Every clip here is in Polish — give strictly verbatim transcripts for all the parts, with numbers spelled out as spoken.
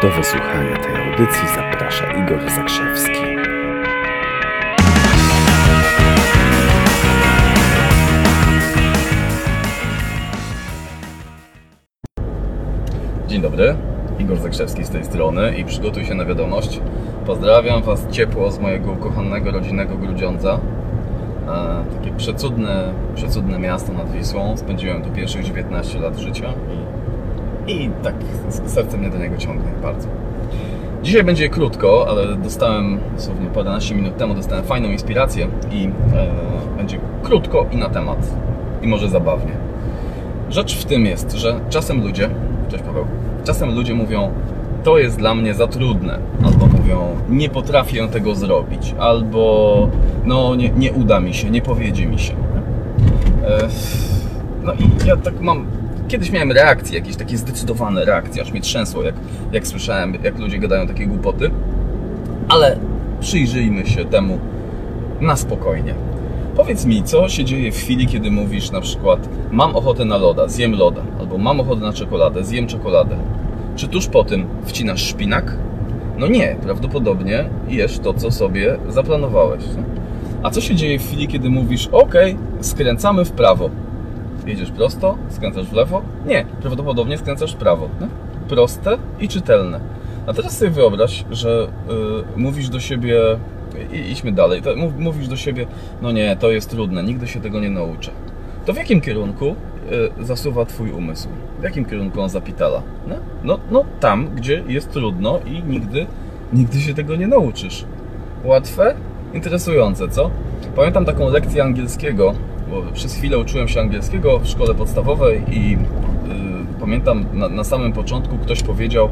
Do wysłuchania tej audycji zaprasza Igor Zakrzewski. Dzień dobry, Igor Zakrzewski z tej strony i przygotuj się na wiadomość. Pozdrawiam Was ciepło z mojego ukochanego, rodzinnego Grudziądza. E, takie przecudne, przecudne miasto nad Wisłą. Spędziłem tu pierwszych dziewiętnaście lat życia i, i tak serce mnie do niego ciągnie bardzo. Dzisiaj będzie krótko, ale dostałem dosłownie paręnaście minut temu dostałem fajną inspirację i e, będzie krótko i na temat i może zabawnie. Rzecz w tym jest, że czasem ludzie, cześć Paweł, czasem ludzie mówią, to jest dla mnie za trudne, albo mówią, nie potrafię tego zrobić, albo no nie, nie uda mi się, nie powiedzie mi się. E, no i ja tak mam, kiedyś miałem reakcje, jakieś takie zdecydowane reakcje, aż mnie trzęsło, jak, jak słyszałem, jak ludzie gadają takie głupoty, ale przyjrzyjmy się temu na spokojnie. Powiedz mi, co się dzieje w chwili, kiedy mówisz na przykład mam ochotę na loda, zjem loda, albo mam ochotę na czekoladę, zjem czekoladę. Czy tuż po tym wcinasz szpinak? No nie, prawdopodobnie jesz to, co sobie zaplanowałeś. A co się dzieje w chwili, kiedy mówisz ok, skręcamy w prawo? Jedziesz prosto, skręcasz w lewo? Nie, prawdopodobnie skręcasz w prawo. No? Proste i czytelne. A teraz sobie wyobraź, że yy, mówisz do siebie, i idźmy dalej, to mówisz do siebie, no nie, to jest trudne, nigdy się tego nie nauczę. To w jakim kierunku y, zasuwa Twój umysł? W jakim kierunku on zapitala? No, no, no tam, gdzie jest trudno i nigdy, nigdy się tego nie nauczysz. Łatwe? Interesujące, co? Pamiętam taką lekcję angielskiego, bo przez chwilę uczyłem się angielskiego w szkole podstawowej i y, pamiętam na, na samym początku ktoś powiedział,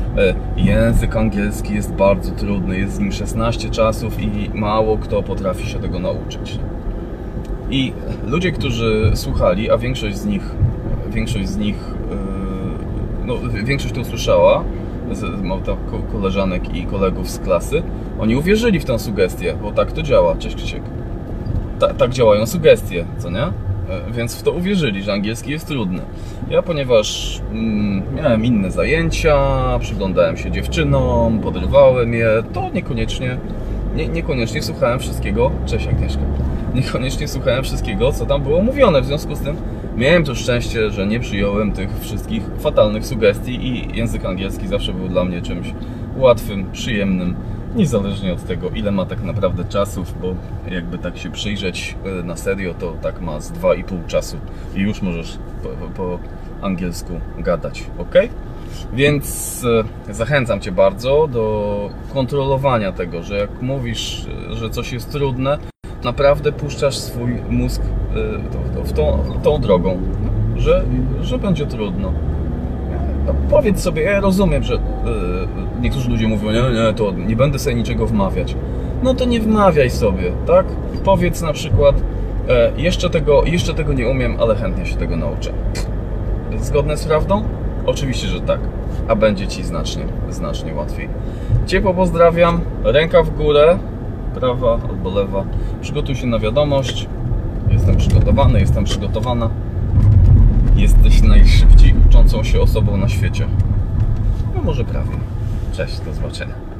język angielski jest bardzo trudny, jest z nim szesnaście czasów i mało kto potrafi się tego nauczyć. I ludzie, którzy słuchali, a większość z nich, większość z nich, no większość to usłyszała, z koleżanek i kolegów z klasy, oni uwierzyli w tę sugestię, bo tak to działa. Cześć Krzysiek. Ta, tak działają sugestie, co nie? Więc w to uwierzyli, że angielski jest trudny. Ja, ponieważ mm, miałem inne zajęcia, przyglądałem się dziewczynom, podrywałem je, to niekoniecznie, nie, niekoniecznie słuchałem wszystkiego. Cześć Agnieszka. Niekoniecznie słuchałem wszystkiego, co tam było mówione. W związku z tym miałem to szczęście, że nie przyjąłem tych wszystkich fatalnych sugestii i język angielski zawsze był dla mnie czymś łatwym, przyjemnym, niezależnie od tego, ile ma tak naprawdę czasów, bo jakby tak się przyjrzeć na serio, to tak ma z dwa i pół czasu i już możesz po, po angielsku gadać, ok? Więc zachęcam Cię bardzo do kontrolowania tego, że jak mówisz, że coś jest trudne, naprawdę puszczasz swój mózg w tą, w tą drogą, że, że będzie trudno. No, powiedz sobie, ja rozumiem, że yy, niektórzy ludzie mówią, nie, nie, to nie będę sobie niczego wmawiać. No to nie wmawiaj sobie, tak? Powiedz na przykład, e, jeszcze, tego, jeszcze tego nie umiem, ale chętnie się tego nauczę. Zgodne z prawdą? Oczywiście, że tak. A będzie Ci znacznie, znacznie łatwiej. Ciepło pozdrawiam, ręka w górę, prawa albo lewa. Przygotuj się na wiadomość. Jestem przygotowany, jestem przygotowana. Jesteś najszybciej uczącą się osobą na świecie. No może prawie. Cześć, do zobaczenia.